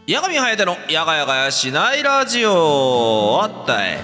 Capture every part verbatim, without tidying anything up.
八神隼のやがやがやしないラジオあったい。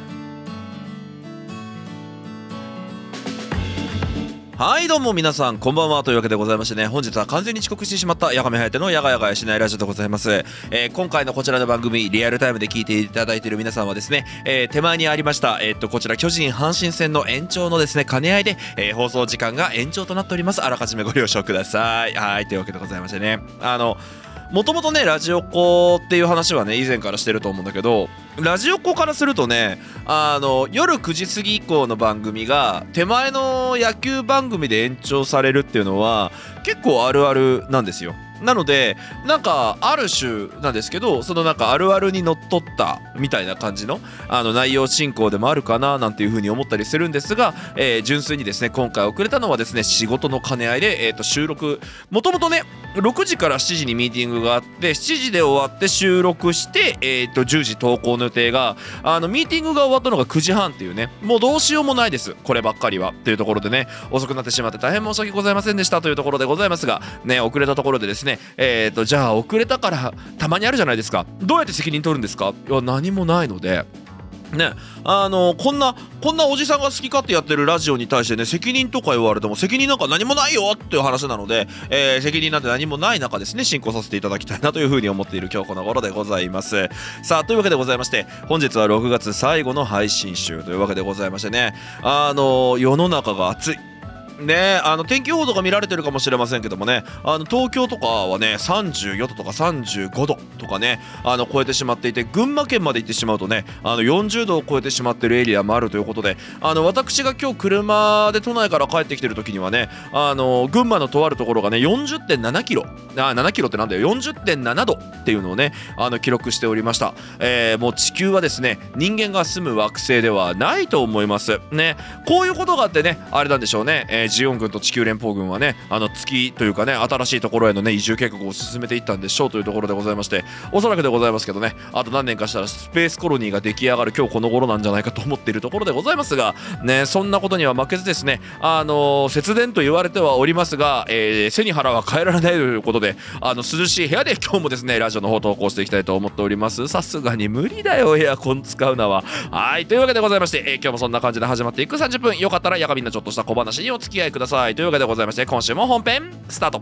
はいどうも皆さんこんばんはというわけでございましてね、本日は完全に遅刻してしまった八神隼のやがやがやしないラジオでございます。えー、今回のこちらの番組リアルタイムで聞いていただいている皆さんはですね、えー、手前にありましたえー、っとこちら巨人阪神戦の延長のですね兼ね合いで、えー、放送時間が延長となっております。あらかじめご了承ください。はいというわけでございましてね、あのもともとねラジオコっていう話はね以前からしてると思うんだけど、ラジオコからするとね、あの夜くじ過ぎ以降の番組が手前の野球番組で延長されるっていうのは結構あるあるなんですよ。なのでなんかある種なんですけど、そのなんかあるあるにのっとったみたいな感じのあの内容進行でもあるかななんていう風に思ったりするんですが、えー、純粋にですね今回遅れたのはですね仕事の兼ね合いで、えー、と収録もともとねろくじからしちじにミーティングがあって、しちじで終わって収録して、えー、とじゅうじ投稿の予定が、あのミーティングが終わったのがくじはんっていうね、もうどうしようもないですこればっかりはっていうところでね、遅くなってしまって大変申し訳ございませんでしたというところでございますがね、遅れたところでですねえー、とじゃあ遅れたからたまにあるじゃないですか、どうやって責任取るんですか。いや何もないのでね、あのこんなこんなおじさんが好き勝手やってるラジオに対してね責任とか言われても責任なんか何もないよっていう話なので、えー、責任なんて何もない中ですね進行させていただきたいなというふうに思っている今日この頃でございます。さあというわけでございまして、本日はろくがつ最後の配信週というわけでございましてね、あの世の中が暑いね、あの天気予報とか見られてるかもしれませんけどもね、あの東京とかはねさんじゅうよどとかさんじゅうごどとかねあの超えてしまっていて、群馬県まで行ってしまうとねあのよんじゅうどを超えてしまっているエリアもあるということで、あの私が今日車で都内から帰ってきてる時にはね、あの群馬のとあるところがね よんじゅってんななキロ、あななキロってなんだよ よんじゅってんななどっていうのをねあの記録しておりました。えー、もう地球はですね人間が住む惑星ではないと思いますね。こういうことがあってねあれなんでしょうね、えージオン軍と地球連邦軍はねあの月というかね新しいところへのね移住計画を進めていったんでしょうというところでございまして、おそらくでございますけどねあと何年かしたらスペースコロニーが出来上がる今日この頃なんじゃないかと思っているところでございますがね、そんなことには負けずですね、あのー、節電と言われてはおりますが、えー、背に腹は変えられないということで、あの涼しい部屋で今日もですねラジオの方投稿していきたいと思っております。さすがに無理だよエアコン使うのは。はいというわけでございまして、えー、今日もそんな感じで始まっていくさんじゅっぷん、よかったらやがみんなちょっとした小話にお付き合いくださいというわけでございまして、今週も本編スタート。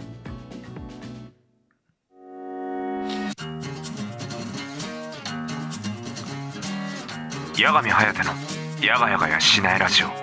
八神隼のやがやがやしないラジオ。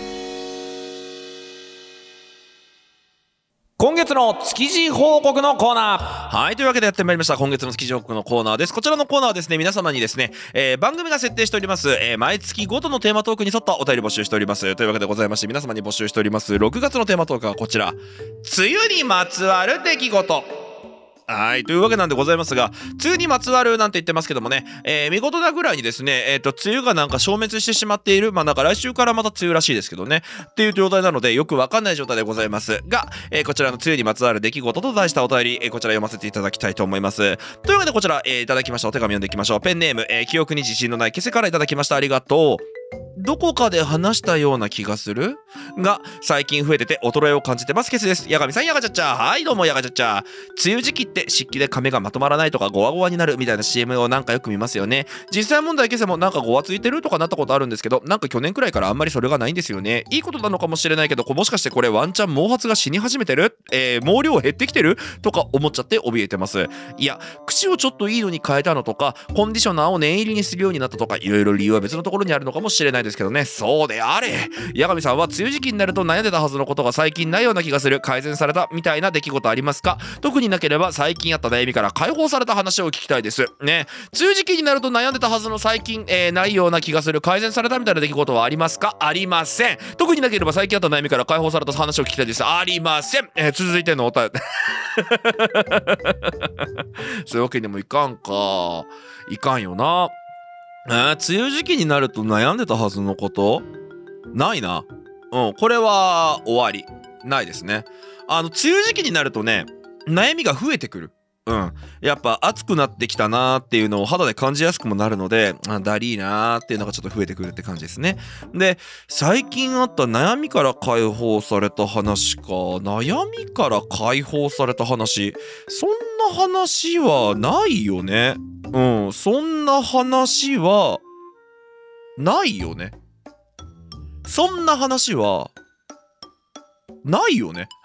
今月の築地報告のコーナー。はいというわけでやってまいりました今月の築地報告のコーナーです。こちらのコーナーはですね皆様にですね、えー、番組が設定しております、えー、毎月ごとのテーマトークに沿ったお便り募集しておりますというわけでございまして、皆様に募集しておりますろくがつのテーマトークはこちら、梅雨にまつわる出来事。はいというわけなんでございますが、梅雨にまつわるなんて言ってますけどもね、えー、見事なぐらいにですねえっ、ー、と梅雨がなんか消滅してしまっている、まあなんか来週からまた梅雨らしいですけどねっていう状態なのでよくわかんない状態でございますが、えー、こちらの梅雨にまつわる出来事と題したお便り、えー、こちら読ませていただきたいと思います。というわけでこちら、えー、いただきましたお手紙読んでいきましょう。ペンネーム、えー、記憶に自信のないケセからいただきました。ありがとう。どこかで話したような気がするが最近増えてて衰えを感じてます。ケスです。やがみさんやがちゃっちゃ。はいどうもやがちゃっちゃ。梅雨時期って湿気で髪がまとまらないとかゴワゴワになるみたいな シーエム をなんかよく見ますよね。実際問題ケセもなんかゴワついてるとかなったことあるんですけど、なんか去年くらいからあんまりそれがないんですよね。いいことなのかもしれないけど、もしかしてこれワンチャン毛髪が死に始めてる、えー、毛量減ってきてるとか思っちゃって怯えてます。いや口をちょっといいのに変えたのとかコンディショナーを念入りにするようになったとか、いろいろ理由は別のところにあるのかもしれないですけどね。そうであれ。八神さんは梅雨時期になると悩んでたはずのことが最近ないような気がする、改善されたみたいな出来事ありますか。特になければ最近あった悩みから解放された話を聞きたいですね。梅雨時期になると悩んでたはずの最近、えー、ないような気がする、改善されたみたいな出来事はありますか。ありません。特になければ最近あった悩みから解放された話を聞きたいです。ありません。えー、続いてのお便りそういうわけにもいかんかいかんよな。えー、梅雨時期になると悩んでたはずのことないな。うんこれは終わりないですね。あの梅雨時期になるとね悩みが増えてくるうん、やっぱ暑くなってきたなーっていうのを肌で感じやすくもなるので、あだりーなーっていうのがちょっと増えてくるって感じですね。で、最近あった悩みから解放された話か。悩みから解放された話、そんな話はないよね。うん、そんな話はないよね。そんな話はないよね。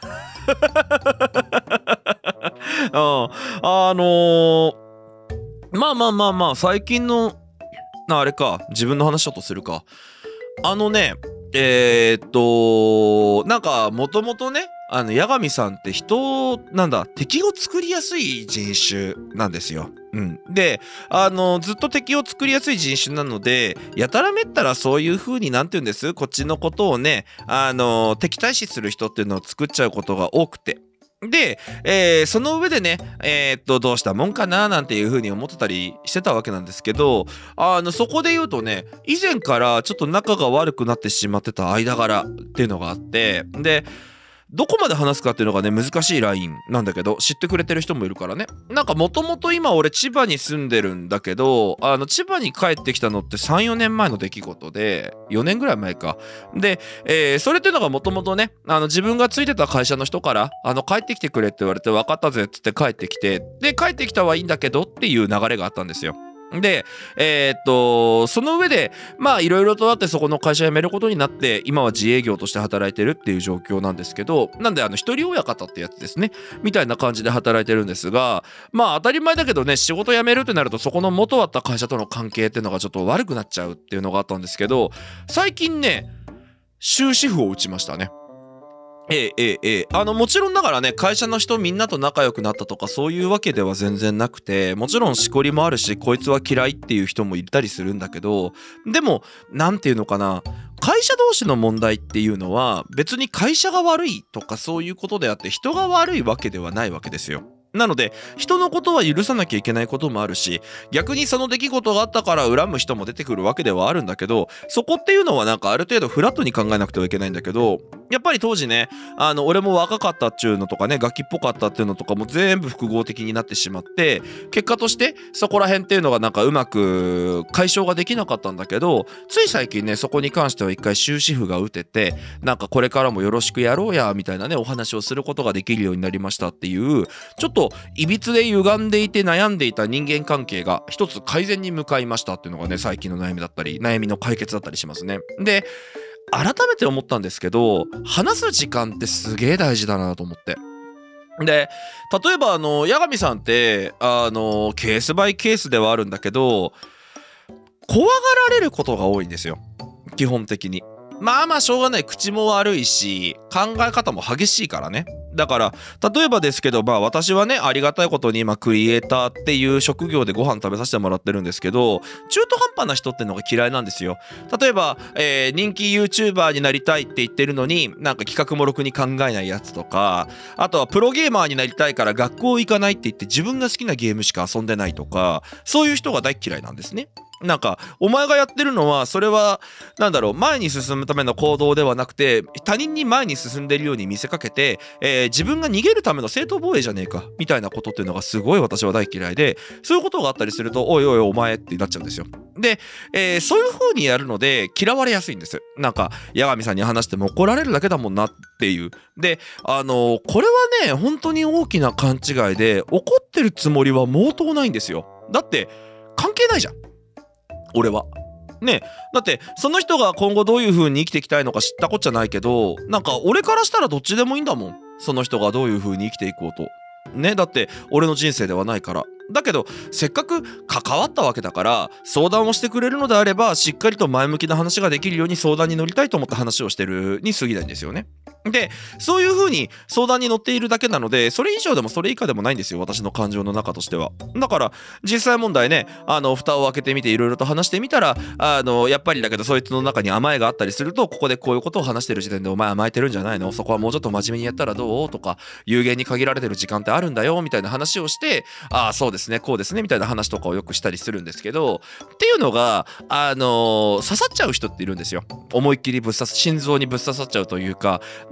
うん、あのー、まあまあまあまあ最近のあれか、自分の話ちょっとするか。あのね、えー、っとなんかもともとね、あの八神さんって人なんだ敵を作りやすい人種なんですよ。うん、であのずっと敵を作りやすい人種なので、やたらめったらそういう風になんて言うんです、こっちのことをね、あの敵対視する人っていうのを作っちゃうことが多くて。で、えー、その上でね、えー、っとどうしたもんかななんていう風に思ってたりしてたわけなんですけど、あのそこで言うとね、以前からちょっと仲が悪くなってしまってた間柄っていうのがあって、でどこまで話すかっていうのがね難しいラインなんだけど、知ってくれてる人もいるからね。なんかもともと今俺千葉に住んでるんだけど、あの千葉に帰ってきたのってさんよねんまえの出来事で、よねんぐらい前かで、えー、それっていうのがもともとね、あの自分がついてた会社の人からあの帰ってきてくれって言われて、分かったぜっつって帰ってきて、で帰ってきたはいいんだけどっていう流れがあったんですよ。で、えー、っとその上でまあいろいろとあってそこの会社辞めることになって、今は自営業として働いてるっていう状況なんですけど、なんであの一人親方ってやつですねみたいな感じで働いてるんですが、まあ当たり前だけどね、仕事辞めるってなるとそこの元あった会社との関係っていうのがちょっと悪くなっちゃうっていうのがあったんですけど、最近ね終止符を打ちましたね。ええええええ、あのもちろんながらね、会社の人みんなと仲良くなったとかそういうわけでは全然なくて、もちろんしこりもあるし、こいつは嫌いっていう人もいたりするんだけど、でもなんていうのかな、会社同士の問題っていうのは別に会社が悪いとかそういうことであって、人が悪いわけではないわけですよ。なので人のことは許さなきゃいけないこともあるし、逆にその出来事があったから恨む人も出てくるわけではあるんだけど、そこっていうのはなんかある程度フラットに考えなくてはいけないんだけど、やっぱり当時ね、あの俺も若かったっちゅうのとかね、ガキっぽかったっていうのとかも全部複合的になってしまって、結果としてそこら辺っていうのがなんかうまく解消ができなかったんだけど、つい最近ねそこに関しては一回終止符が打てて、なんかこれからもよろしくやろうやみたいなねお話をすることができるようになりましたっていう、ちょっといびつで歪んでいて悩んでいた人間関係が一つ改善に向かいましたっていうのがね、最近の悩みだったり悩みの解決だったりしますね。で改めて思ったんですけど、話す時間ってすげえ大事だなと思って。で例えばあの八神さんってあのケースバイケースではあるんだけど、怖がられることが多いんですよ基本的に。まあまあしょうがない、口も悪いし考え方も激しいからね。だから例えばですけど、まあ私はねありがたいことに今クリエイターっていう職業でご飯食べさせてもらってるんですけど、中途半端な人ってのが嫌いなんですよ。例えば、えー、人気 YouTuber になりたいって言ってるのになんか企画もろくに考えないやつとか、あとはプロゲーマーになりたいから学校行かないって言って自分が好きなゲームしか遊んでないとか、そういう人が大嫌いなんですね。なんかお前がやってるのはそれはなんだろう、前に進むための行動ではなくて他人に前に進んでいるように見せかけて、えー、自分が逃げるための正当防衛じゃねえかみたいなことっていうのがすごい私は大嫌いで、そういうことがあったりするとおいおいお前ってなっちゃうんですよ。で、えー、そういう風にやるので嫌われやすいんです。なんか八神さんに話しても怒られるだけだもんなっていう。であのー、これはね本当に大きな勘違いで、怒ってるつもりは毛頭ないんですよ。だって関係ないじゃん俺はね。だってその人が今後どういう風に生きていきたいのか知ったこっちゃないけど、なんか俺からしたらどっちでもいいんだもん、その人がどういう風に生きていこうとね。だって俺の人生ではないから。だけどせっかく関わったわけだから相談をしてくれるのであれば、しっかりと前向きな話ができるように相談に乗りたいと思って話をしてるに過ぎないんですよね。でそういう風に相談に乗っているだけなので、それ以上でもそれ以下でもないんですよ、私の感情の中としては。だから実際問題ね、あの蓋を開けてみていろいろと話してみたら、あのやっぱりだけどそいつの中に甘えがあったりすると、ここでこういうことを話してる時点でお前甘えてるんじゃないの、そこはもうちょっと真面目にやったらどうとか、有限に限られてる時間ってあるんだよみたいな話をして、ああそうですねこうですねみたいな話とかをよくしたりするんですけど、っていうのがあの刺さっちゃう人っているんですよ。思いっきりぶっ刺す、心臓にぶっ刺さっちゃうというか、な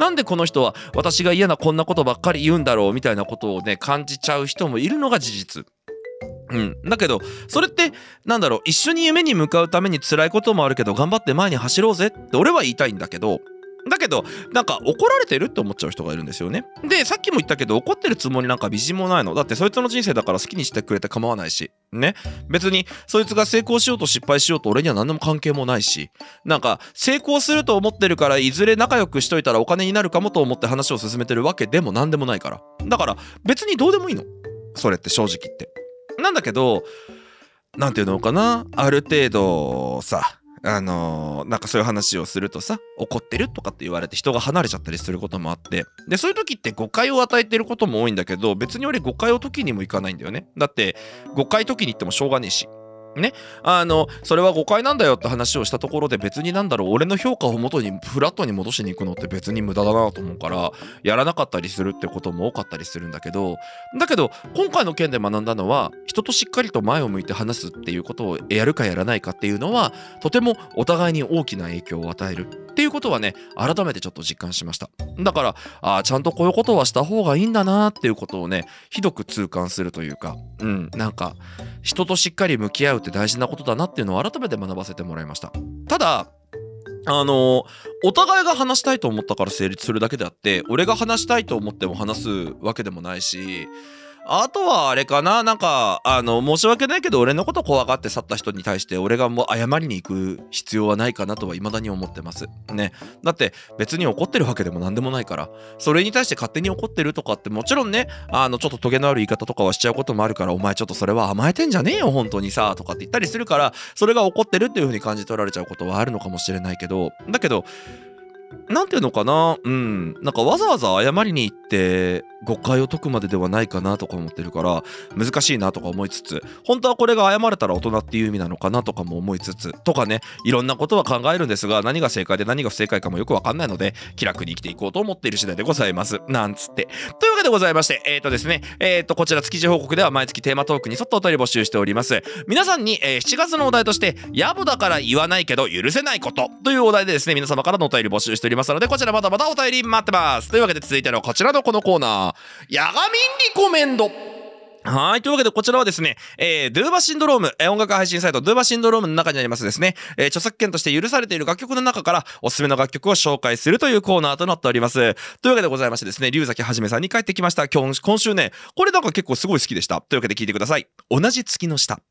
なんでこの人は私が嫌なこんなことばっかり言うんだろうみたいなことをね感じちゃう人もいるのが事実。うん、だけどそれってなんだろう、一緒に夢に向かうために辛いこともあるけど頑張って前に走ろうぜって俺は言いたいんだけど、だけどなんか怒られてるって思っちゃう人がいるんですよね。でさっきも言ったけど怒ってるつもりなんか微塵もないの。だってそいつの人生だから好きにしてくれて構わないしね、別にそいつが成功しようと失敗しようと俺には何でも関係もないし、なんか成功すると思ってるからいずれ仲良くしといたらお金になるかもと思って話を進めてるわけでも何でもないから、だから別にどうでもいいのそれって正直言って。なんだけどなんていうのかな、ある程度さあのー、なんかそういう話をするとさ怒ってるとかって言われて人が離れちゃったりすることもあって、でそういう時って誤解を与えてることも多いんだけど、別に俺誤解を解きにもいかないんだよね。だって誤解解きに行ってもしょうがねえしね、あのそれは誤解なんだよって話をしたところで別になんだろう、俺の評価を元にフラットに戻しに行くのって別に無駄だなと思うからやらなかったりするってことも多かったりするんだけど、だけど今回の件で学んだのは人としっかりと前を向いて話すっていうことをやるかやらないかっていうのはとてもお互いに大きな影響を与えるっていうことはね改めてちょっと実感しました。だからあちゃんとこういうことはした方がいいんだなっていうことをねひどく痛感するというか、うんなんか人としっかり向き合うって大事なことだなっていうのを改めて学ばせてもらいました。ただあのお互いが話したいと思ったから成立するだけであって俺が話したいと思っても話すわけでもないし、あとはあれかな、なんかあの申し訳ないけど俺のこと怖がって去った人に対して俺がもう謝りに行く必要はないかなとは未だに思ってますね。だって別に怒ってるわけでも何でもないから、それに対して勝手に怒ってるとかってもちろんねあのちょっとトゲのある言い方とかはしちゃうこともあるから、お前ちょっとそれは甘えてんじゃねえよ本当にさとかって言ったりするから、それが怒ってるっていう風に感じ取られちゃうことはあるのかもしれないけど、だけどなんていうのかな、うんなんかわざわざ謝りに行って誤解を解くまでではないかなとか思ってるから難しいなとか思いつつ、本当はこれが謝れたら大人っていう意味なのかなとかも思いつつとかね、いろんなことは考えるんですが何が正解で何が不正解かもよくわかんないので気楽に生きていこうと思っている次第でございますなんつって。というわけでございましてえっ、ー、とですねえっ、ー、とこちら築地報告では毎月テーマトークに沿ったお便り募集しております。皆さんに、えー、しちがつのお題として野暮だから言わないけど許せないことというお題でですね皆様からのお便り募集しておりますので、こちらまだまだお便り待ってます。というわけで続いてのこちらのこのコーナーヤガミンリコメンド。はい。というわけで、こちらはですね、えー、ドゥーバシンドローム、えー、音楽配信サイト、ドゥーバシンドロームの中にありますですね、えー、著作権として許されている楽曲の中から、おすすめの楽曲を紹介するというコーナーとなっております。というわけでございましてですね、龍崎はじめさんに帰ってきました。今日、今週ね、これなんか結構すごい好きでした。というわけで聞いてください。同じ月の下。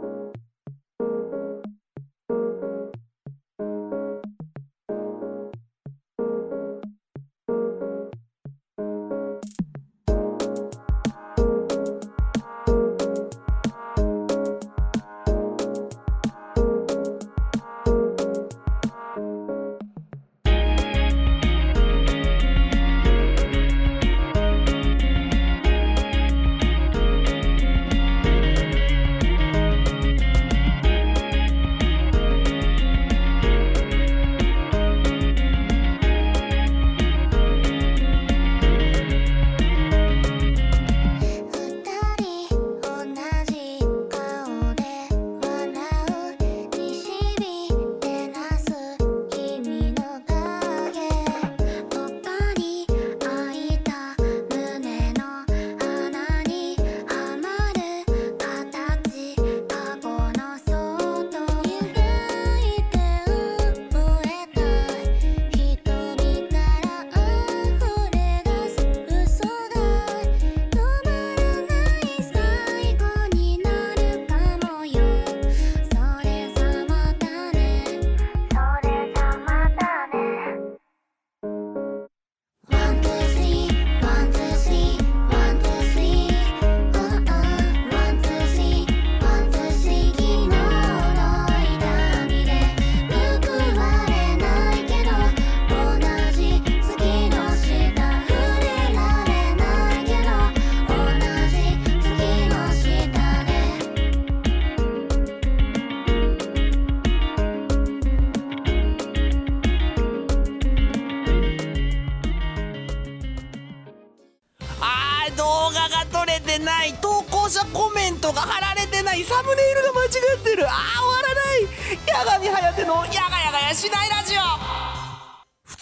コメントが貼られてない、サムネイルが間違ってる、あー終わらない。八神颯のやがやがやしないラジオ。普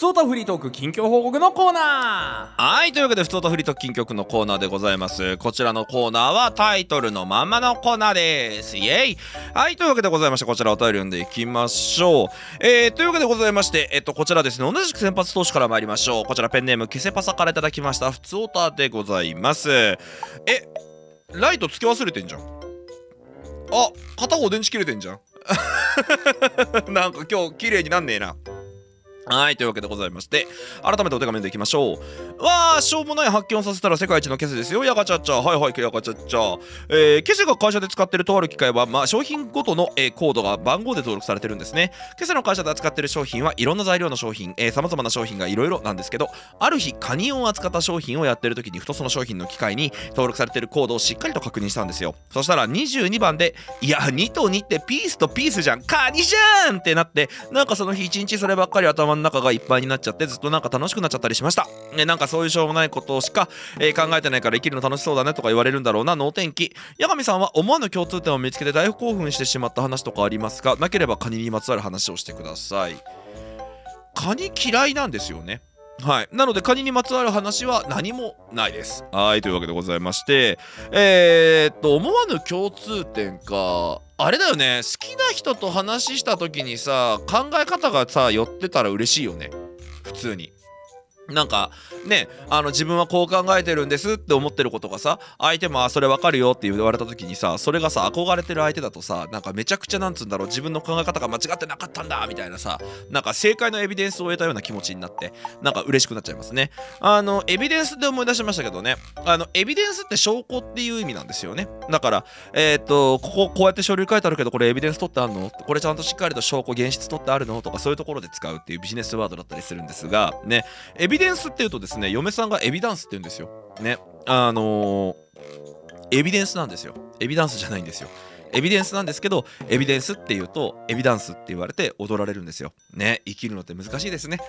つおたフリートーク近況報告のコーナー。 はい、というわけでふつおたフリートーク近況のコーナーでございます。こちらのコーナーはタイトルのまんまのコーナーです。イエイ。はい、というわけでございまして、こちらお便り読んでいきましょう。えー、というわけでございまして、えっとこちらですね、同じく先発投手から参りましょう。こちらペンネームケセパサからいただきましたふつおたでございます。え、ライトつけ忘れてんじゃん。あ、片方電池切れてんじゃん。なんか今日綺麗になんねえな。はい、というわけでございまして、改めてお手紙読んでいきましょう。わー、しょうもない発見をさせたら世界一のケセですよ。ヤガチャッチャ。はいはい、ヤガチャッチャ。えー、ケセが会社で使っているとある機械は、まあ、商品ごとの、えー、コードが番号で登録されてるんですね。ケセの会社で扱っている商品はいろんな材料の商品、えー、様々な商品がいろいろなんですけど、ある日、カニを扱った商品をやってる時に、ふとその商品の機械に登録されているコードをしっかりと確認したんですよ。そしたらにじゅうにばんで、いや、にとにってピースとピースじゃん、カニじゃんってなって、なんかその日一日そればっかり頭の中がいっぱいになっちゃってずっとなんか楽しくなっちゃったりしました。ね、なんかそういうしょうもないことしか、えー、考えてないから生きるの楽しそうだねとか言われるんだろうな、能天気。八神さんは思わぬ共通点を見つけて大興奮してしまった話とかありますか？なければカニにまつわる話をしてください。カニ嫌いなんですよね。はい、なのでカニにまつわる話は何もないです。はい、というわけでございまして、えー、っと思わぬ共通点か、あれだよね、好きな人と話した時にさ、考え方がさ寄ってたら嬉しいよね、普通に。なんかね、あの自分はこう考えてるんですって思ってることがさ、相手もあそれわかるよって言われた時にさ、それがさ憧れてる相手だとさ、なんかめちゃくちゃなんつうんだろう、自分の考え方が間違ってなかったんだみたいなさ、なんか正解のエビデンスを得たような気持ちになって、なんか嬉しくなっちゃいますね。あのエビデンスで思い出しましたけどね、あのエビデンスって証拠っていう意味なんですよね。だからえっとこここうやって書類書いてあるけど、これエビデンス取ってあるの？これちゃんとしっかりと証拠現実取ってあるの？とか、そういうところで使うっていうビジネスワードだったりするんですがね、エビデンスっていうとですね、嫁さんがエビダンスって言うんですよね。あのー、エビデンスなんですよ。エビダンスじゃないんですよ。エビデンスなんですけど、エビデンスって言うとエビダンスって言われて踊られるんですよね。生きるのって難しいですね。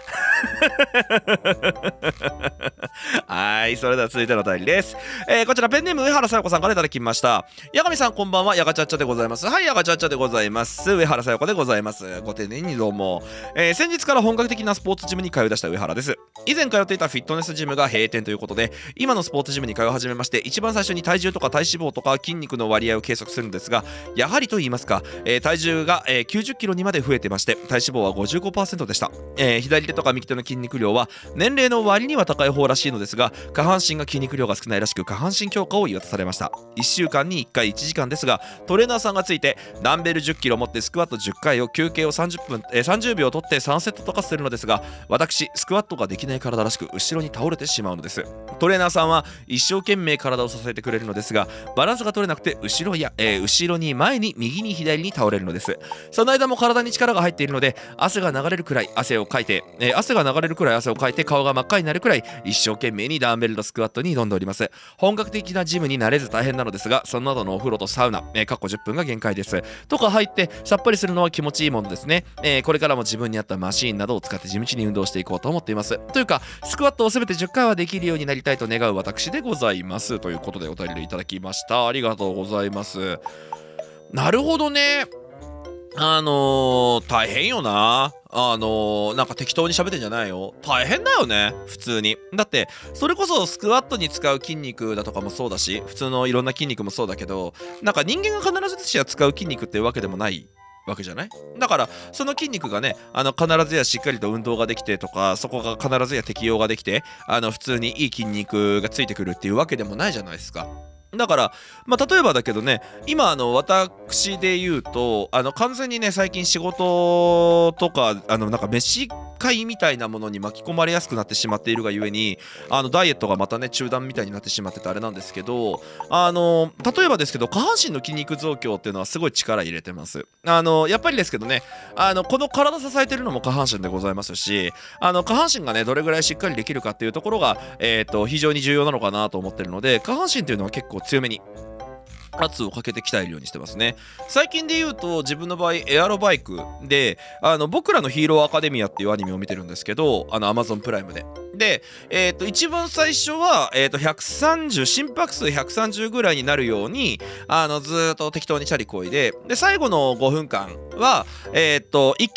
はい、それでは続いてのお便りです。えー、こちらペンネーム上原さよ子さんからいただきました。八神さんこんばんは、ヤガチャッチャでございます。はい、ヤガチャッチャでございます。上原さよ子でございます。ご丁寧にどうも。えー、先日から本格的なスポーツジムに通い出した上原です。以前通っていたフィットネスジムが閉店ということで、今のスポーツジムに通い始めまして、一番最初に体重とか体脂肪とか筋肉の割合を計測するんですが、やはりと言いますか、えー、体重が、えー、きゅうじゅっキロにまで増えてまして、体脂肪は ごじゅうごパーセント でした。えー、左手とか右手の筋肉量は年齢の割には高い方らしいのですが、下半身が筋肉量が少ないらしく、下半身強化を言い渡されました。いっしゅうかんにいっかいいちじかんですが、トレーナーさんがついてダンベルじゅっキロ持ってスクワットじゅっかいを休憩をさんじゅっぷん、えー、さんじゅうびょう取ってさんセットとかするのですが、私スクワットができない体らしく後ろに倒れてしまうのです。トレーナーさんは一生懸命体を支えてくれるのですが、バランスが取れなくて後ろや、えー、後ろに前に右に左に倒れるのです。その間も体に力が入っているので、汗が流れるくらい汗をかいて、えー、汗が流れるくらい汗をかいて顔が真っ赤になるくらい一生懸命にダンベルとスクワットに挑んでおります。本格的なジムに慣れず大変なのですが、その後のお風呂とサウナ、えー、かっこじゅっぷんが限界です。とか入ってさっぱりするのは気持ちいいものですね。えー、これからも自分に合ったマシーンなどを使って地道に運動していこうと思っています。というか、スクワットをすべてじゅっかいはできるようになりたいと願う私でございます。ということでお便りでいただきました。ありがとうございます。なるほどね。あのー、大変よな。あのー、なんか適当に喋ってんじゃないよ。大変だよね、普通に。だってそれこそスクワットに使う筋肉だとかもそうだし、普通のいろんな筋肉もそうだけど、なんか人間が必ずしも使う筋肉っていうわけでもないわけじゃない。だからその筋肉がね、あの必ずやしっかりと運動ができてとか、そこが必ずや適用ができて、あの普通にいい筋肉がついてくるっていうわけでもないじゃないですか。だから、まあ、例えばだけどね、今あの私で言うと、あの完全にね、最近仕事とかあのなんか飯会みたいなものに巻き込まれやすくなってしまっているがゆえに、あのダイエットがまたね中断みたいになってしまっててあれなんですけど、あの例えばですけど、下半身の筋肉増強っていうのはすごい力入れてます。あのやっぱりですけどね、あのこの体支えてるのも下半身でございますし、あの下半身がねどれぐらいしっかりできるかっていうところが、えーと非常に重要なのかなと思ってるので、下半身っていうのは結構強めに圧をかけて鍛えるようにしてますね。最近で言うと自分の場合エアロバイクで、あの僕らのヒーローアカデミアっていうアニメを見てるんですけど、あの Amazon プライムでで、えー、と一番最初は、えー、とひゃくさんじゅう心拍数ひゃくさんじゅうぐらいになるようにあのずーっと適当にチャリこいで、で最後のごふんかんは、えー、と一気に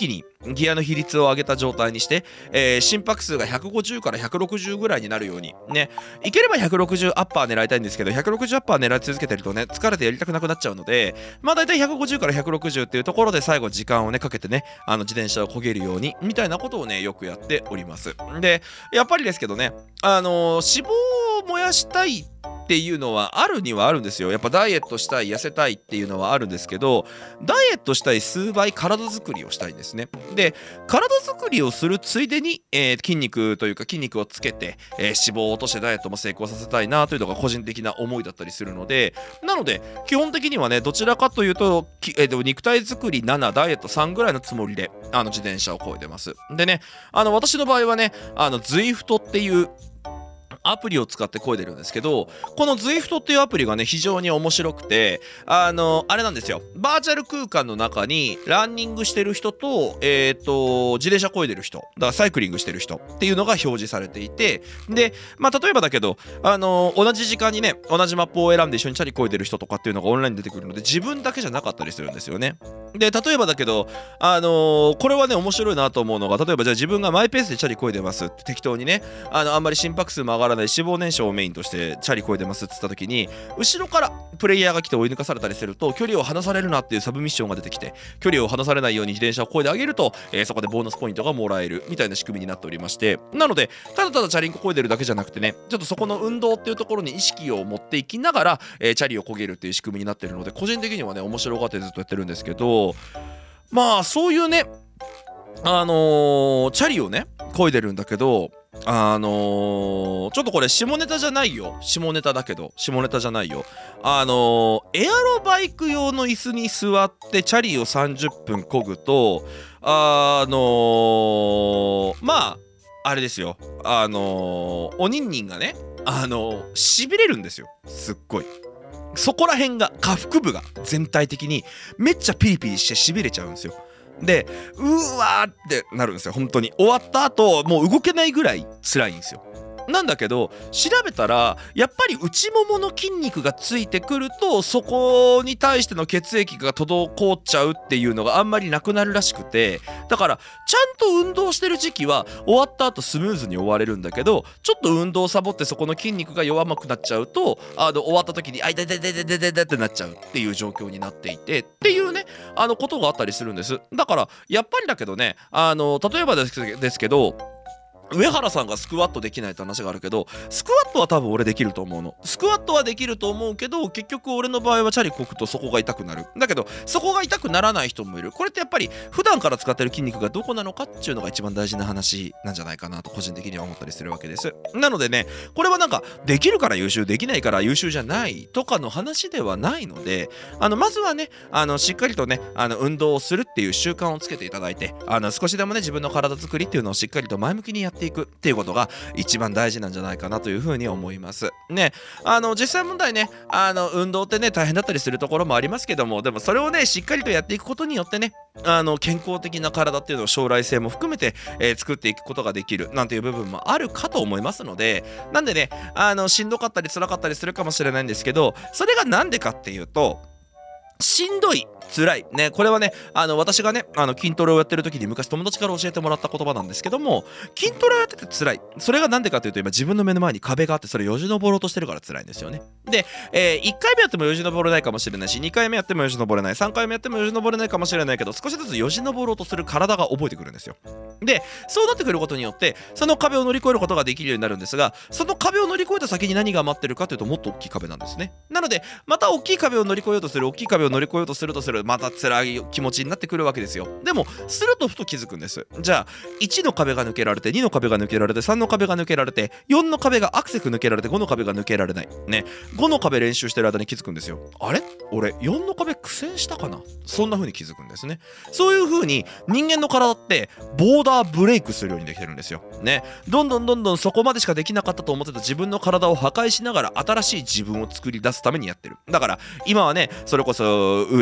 ギアの比率を上げた状態にして、えー、心拍数がひゃくごじゅうからひゃくろくじゅうぐらいになるようにね、いければひゃくろくじゅうアッパー狙いたいんですけど、ひゃくろくじゅうアッパー狙い続けてるとね、疲れてやりたくなくなっちゃうので、まあ大体ひゃくごじゅうからひゃくろくじゅうっていうところで最後時間をねかけてね、あの自転車を漕げるようにみたいなことをねよくやっております。でやっぱりですけどね、あのー、脂肪を燃やしたいっていうのはあるにはあるんですよ。やっぱダイエットしたい、痩せたいっていうのはあるんですけど、ダイエットしたい数倍体作りをしたいんですね。で体作りをするついでに、えー、筋肉というか筋肉をつけて、えー、脂肪を落としてダイエットも成功させたいなというのが個人的な思いだったりするので、なので基本的にはねどちらかというと、えー、と肉体作りなな、ダイエットさんぐらいのつもりであの自転車を漕いでます。でね、あの私の場合はね、あの Zwift っていうアプリを使って漕いでるんですけど、この Zwift っていうアプリがね非常に面白くて、あのあれなんですよ、バーチャル空間の中にランニングしてる人と、えーと自転車漕いでる人、だからサイクリングしてる人っていうのが表示されていて、でまあ例えばだけど、あの同じ時間にね同じマップを選んで一緒にチャリ漕いでる人とかっていうのがオンラインに出てくるので、自分だけじゃなかったりするんですよね。で例えばだけど、あのー、これはね面白いなと思うのが、例えばじゃあ自分がマイペースでチャリ漕いでますって適当にね、あのあんまり心拍数も上がらない脂肪燃焼をメインとしてチャリ漕いでますって言った時に、後ろからプレイヤーが来て追い抜かされたりすると距離を離されるなっていうサブミッションが出てきて、距離を離されないように自転車を漕いであげると、えー、そこでボーナスポイントがもらえるみたいな仕組みになっておりまして、なのでただただチャリンコ漕いでるだけじゃなくてね、ちょっとそこの運動っていうところに意識を持っていきながら、えー、チャリを漕げるっていう仕組みになってるので、個人的にはね面白がってずっとやってるんですけど、まあそういうね、あのー、チャリをね漕いでるんだけど、あのー、ちょっとこれ下ネタじゃないよ、下ネタだけど下ネタじゃないよ、あのー、エアロバイク用の椅子に座ってチャリをさんじゅっぷん漕ぐと、あのー、まああれですよ、あのー、おにんにんがね、あのー、しびれるんですよ、すっごい。そこら辺が下腹部が全体的にめっちゃピリピリしてしびれちゃうんですよ。でうわーってなるんですよ。本当に終わった後もう動けないぐらい辛いんですよ。なんだけど調べたらやっぱり内ももの筋肉がついてくると、そこに対しての血液が滞っちゃうっていうのがあんまりなくなるらしくて、だからちゃんと運動してる時期は終わった後スムーズに終われるんだけど、ちょっと運動サボってそこの筋肉が弱くなっちゃうと、あの終わった時にあいてててててててってなっちゃうっていう状況になっていてっていうね、あのことがあったりするんです。だからやっぱりだけどね、あの例えばですですけど、上原さんがスクワットできないって話があるけど、スクワットは多分俺できると思うの。スクワットはできると思うけど、結局俺の場合はチャリこくとそこが痛くなる。だけどそこが痛くならない人もいる。これってやっぱり普段から使ってる筋肉がどこなのかっていうのが一番大事な話なんじゃないかなと個人的には思ったりするわけです。なのでね、これはなんかできるから優秀、できないから優秀じゃないとかの話ではないので、あのまずはね、あのしっかりとね、あの運動をするっていう習慣をつけていただいて、あの少しでもね自分の体作りっていうのをしっかりと前向きにやっていくっていうことがが一番大事なんじゃないかなというふうに思いますね。あの実際問題ね、あの運動ってね大変だったりするところもありますけども、でもそれをねしっかりとやっていくことによってね、あの健康的な体っていうのを将来性も含めて、えー、作っていくことができるなんていう部分もあるかと思いますので、なんでね、あのしんどかったり辛かったりするかもしれないんですけど、それがなんでかっていうと、しんどい、辛いね、これはね、あの私がねあの筋トレをやってる時に昔友達から教えてもらった言葉なんですけども、筋トレをやってて辛い、それがなんでかというと、今自分の目の前に壁があって、それよじ登ろうとしてるから辛いんですよね。で、えー、いっかいめやってもよじ登れないかもしれないし、にかいめやってもよじ登れない、さんかいめやってもよじ登れないかもしれないけど、少しずつよじ登ろうとする体が覚えてくるんですよ。でそうなってくることによって、その壁を乗り越えることができるようになるんですが、その壁を乗り越えた先に何が待ってるかというと、もっと大きい壁なんですね。なのでまた大きい壁を乗り越えようとする大きい壁を乗り越えようとするとするまた辛い気持ちになってくるわけですよ。でもするとふと気づくんです。じゃあいちの壁が抜けられて、にの壁が抜けられて、さんの壁が抜けられて、よんの壁がアクセク抜けられて、ごの壁が抜けられないね。ごの壁練習してる間に気づくんですよ。あれ俺よんの壁苦戦したかな、そんな風に気づくんですね。そういう風に人間の体ってボーダーブレイクするようにできてるんですよね。どんどんどんどんそこまでしかできなかったと思ってた自分の体を破壊しながら新しい自分を作り出すためにやってる。だから今はね、それこそ上に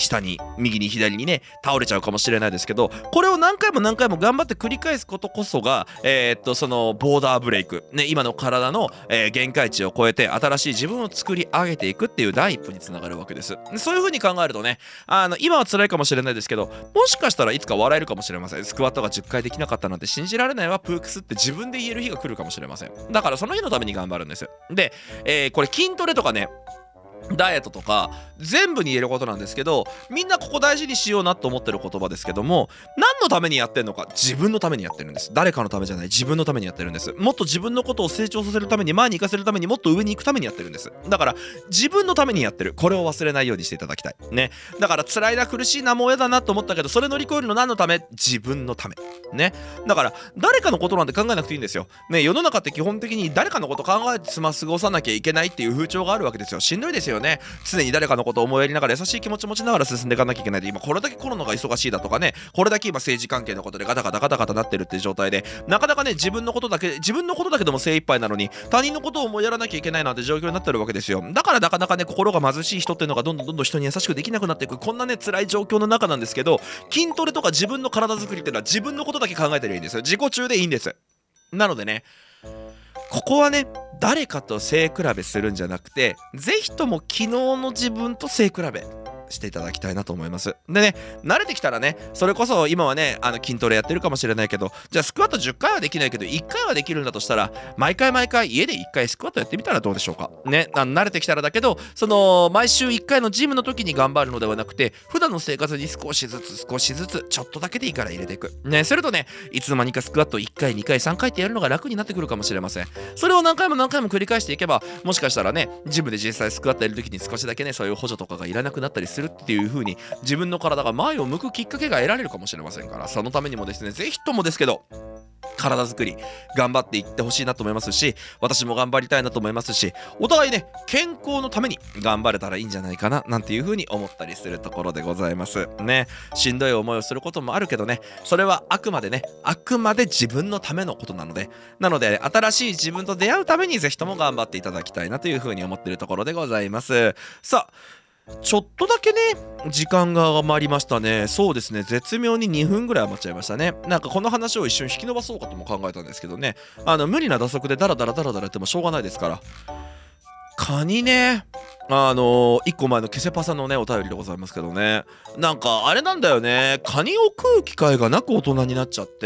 下に右に左にね倒れちゃうかもしれないですけど、これを何回も何回も頑張って繰り返すことこそがえー、っとそのボーダーブレイクね、今の体の、えー、限界値を超えて新しい自分を作り上げていくっていう第一歩につながるわけです。そういう風に考えるとね、あの今は辛いかもしれないですけど、もしかしたらいつか笑えるかもしれません。スクワットがじゅっかいできなかったなんて信じられないわプークスって自分で言える日が来るかもしれません。だからその日のために頑張るんです。で、えー、これ筋トレとかねダイエットとか全部に言えることなんですけど、みんなここ大事にしようなと思ってる言葉ですけども、何のためにやってんのか、自分のためにやってるんです。誰かのためじゃない、自分のためにやってるんです。もっと自分のことを成長させるために、前に行かせるために、もっと上に行くためにやってるんです。だから自分のためにやってる、これを忘れないようにしていただきたいね。だから辛いな苦しいなもうやだなと思ったけど、それ乗り越えるの何のため、自分のためね。だから誰かのことなんて考えなくていいんですよね。世の中って基本的に誰かのこと考えて過ごさなきゃいけないっていう風潮があるわけですよ。しんどいですよね。常に誰かのことを思いやりながら優しい気持ち持ちながら進んでいかなきゃいけないで、今これだけコロナが忙しいだとかね、これだけ今政治関係のことでガタガタガタガタなってるっていう状態で、なかなかね自分のことだけ自分のことだけでも精一杯なのに他人のことを思いやらなきゃいけないなんて状況になってるわけですよ。だからなかなかね心が貧しい人っていうのがどんどんどんどん人に優しくできなくなっていく、こんなね辛い状況の中なんですけど、筋トレとか自分の体作りっていうのは自分のことだけ考えてるいいんですよ。自己中でいいんです。なのでね、ここはね誰かと背比べするんじゃなくて、ぜひとも昨日の自分と背比べしていただきたいなと思います。でね、慣れてきたらね、それこそ今はねあの筋トレやってるかもしれないけど、じゃあスクワットじゅっかいはできないけどいっかいはできるんだとしたら、毎回毎回家でいっかいスクワットやってみたらどうでしょうかね。あの慣れてきたらだけど、その毎週いっかいのジムの時に頑張るのではなくて、普段の生活に少しずつ少しずつちょっとだけでいいから入れていくね。するとね、いつの間にかスクワットいっかいにかいさんかいってやるのが楽になってくるかもしれません。それを何回も何回も繰り返していけば、もしかしたらねジムで実際スクワットやる時に少しだけねそういう補助とかがいらなくなったりするっていう風に、自分の体が前を向くきっかけが得られるかもしれませんから、そのためにもですね、ぜひともですけど体作り頑張っていってほしいなと思いますし、私も頑張りたいなと思いますし、お互いね健康のために頑張れたらいいんじゃないかななんていう風に思ったりするところでございますね。しんどい思いをすることもあるけどね、それはあくまでねあくまで自分のためのことなので、なので新しい自分と出会うためにぜひとも頑張っていただきたいなという風に思っているところでございます。さあちょっとだけね時間が余りましたね。そうですね、絶妙ににふんぐらい余っちゃいましたね。なんかこの話を一瞬引き伸ばそうかとも考えたんですけどね、あの無理な打足でダラダラダラダラやってもしょうがないですから。カニね、あのー、いっこまえのケセパさんのねお便りでございますけどね、なんかあれなんだよね、カニを食う機会がなく大人になっちゃって、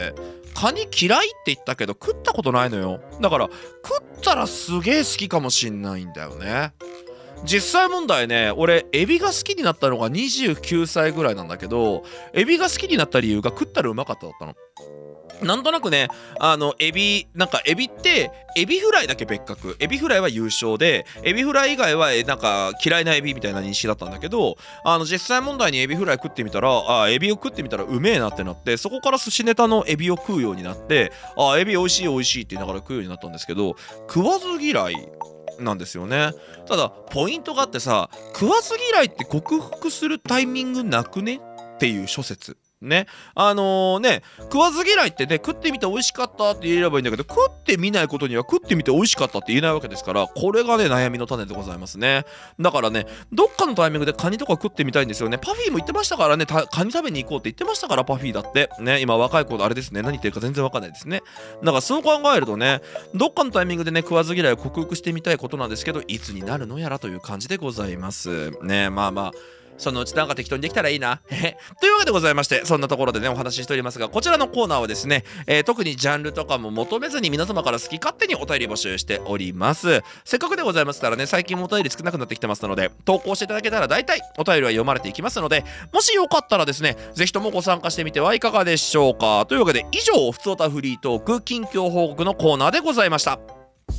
カニ嫌いって言ったけど食ったことないのよ。だから食ったらすげえ好きかもしんないんだよね。実際問題ね、俺エビが好きになったのがにじゅうきゅうさいぐらいなんだけど、エビが好きになった理由が食ったらうまかっただったの。なんとなくね、あのエビなんかエビってエビフライだけ別格、エビフライは優勝で、エビフライ以外はなんか嫌いなエビみたいな認識だったんだけど、あの実際問題にエビフライ食ってみたら、あエビを食ってみたらうめえなってなって、そこから寿司ネタのエビを食うようになって、あエビ美味しい美味しいって言いながら食うようになったんですけど、食わず嫌いなんですよね。ただポイントがあってさ、食わず嫌いって克服するタイミングなくねっていう諸説ね。あのー、ね食わず嫌いってね、食ってみて美味しかったって言えればいいんだけど、食ってみないことには食ってみて美味しかったって言えないわけですから、これがね悩みの種でございますね。だからねどっかのタイミングでカニとか食ってみたいんですよね。パフィーも言ってましたからね、カニ食べに行こうって言ってましたから、パフィーだってね。今若い子あれですね、何言ってるか全然わかんないですね。だからそう考えるとね、どっかのタイミングでね食わず嫌いを克服してみたいことなんですけど、いつになるのやらという感じでございますね。まあまあそのうちなんか適当にできたらいいなというわけでございまして、そんなところでねお話ししておりますが、こちらのコーナーはですね、えー、特にジャンルとかも求めずに皆様から好き勝手にお便り募集しております。せっかくでございますからね、最近もお便り少なくなってきてますので、投稿していただけたら大体お便りは読まれていきますので、もしよかったらですねぜひともご参加してみてはいかがでしょうか。というわけで以上、ふつおたフリートーク近況報告のコーナーでございました。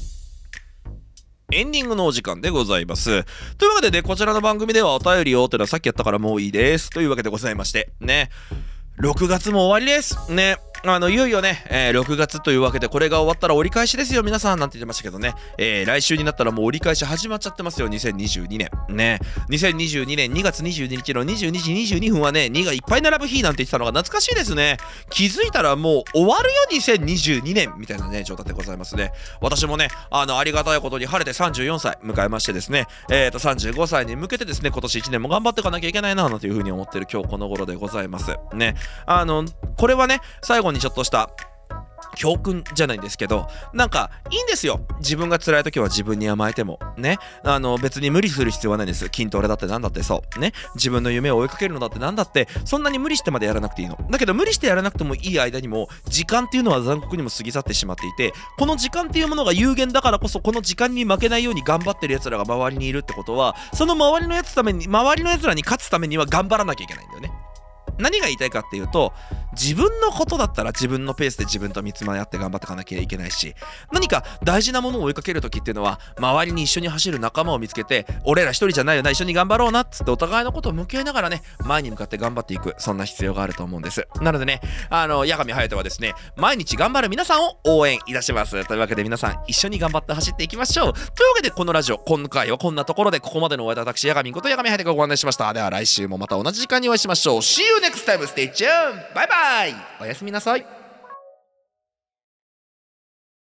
エンディングのお時間でございます。というわけでね、こちらの番組ではお便りをっていうのはさっきやったからもういいですというわけでございましてね、ろくがつも終わりですね。 あのいよいよね、えー、ろくがつというわけで、これが終わったら折り返しですよ皆さんなんて言ってましたけどね、えー、来週になったらもう折り返し始まっちゃってますよ。にせんにじゅうにねんね。にせんにじゅうにねんにがつにじゅうににちのにじゅうにじにじゅうにふんはね、にがいっぱい並ぶ日なんて言ってたのが懐かしいですね。気づいたらもう終わるよにせんにじゅうにねんみたいなね状態でございますね。私もね、あのありがたいことに晴れてさんじゅうよんさい迎えましてですね、えーとさんじゅうごさいに向けてですね、今年いちねんも頑張っていかなきゃいけないななんていうふうに思ってる今日この頃でございますね。あのこれはね、最後にちょっとした教訓じゃないんですけど、なんかいいんですよ。自分が辛い時は自分に甘えてもね、あの別に無理する必要はないんです。筋トレだってなんだってそうね、自分の夢を追いかけるのだってなんだってそんなに無理してまでやらなくていいの。だけど無理してやらなくてもいい間にも時間っていうのは残酷にも過ぎ去ってしまっていて、この時間っていうものが有限だからこそ、この時間に負けないように頑張ってる奴らが周りにいるってことは、その周りのやつために周りの奴らに勝つためには頑張らなきゃいけないんだよね。何が言いたいかっていうと、自分のことだったら自分のペースで自分と見つめ合って頑張っていかなきゃいけないし、何か大事なものを追いかけるときっていうのは、周りに一緒に走る仲間を見つけて、俺ら一人じゃないよな、一緒に頑張ろうなっつってお互いのことを向き合いながらね、前に向かって頑張っていく、そんな必要があると思うんです。なのでね、あの八神隼人はですね、毎日頑張る皆さんを応援いたします。というわけで皆さん一緒に頑張って走っていきましょう。というわけでこのラジオ今回はこんなところで、ここまでのお相手は私八神こと八神隼人がご案内しました。では来週もまた同じ時間にお会いしましょう。See you next time. Stay tuned. バイバイ。おやすみなさい。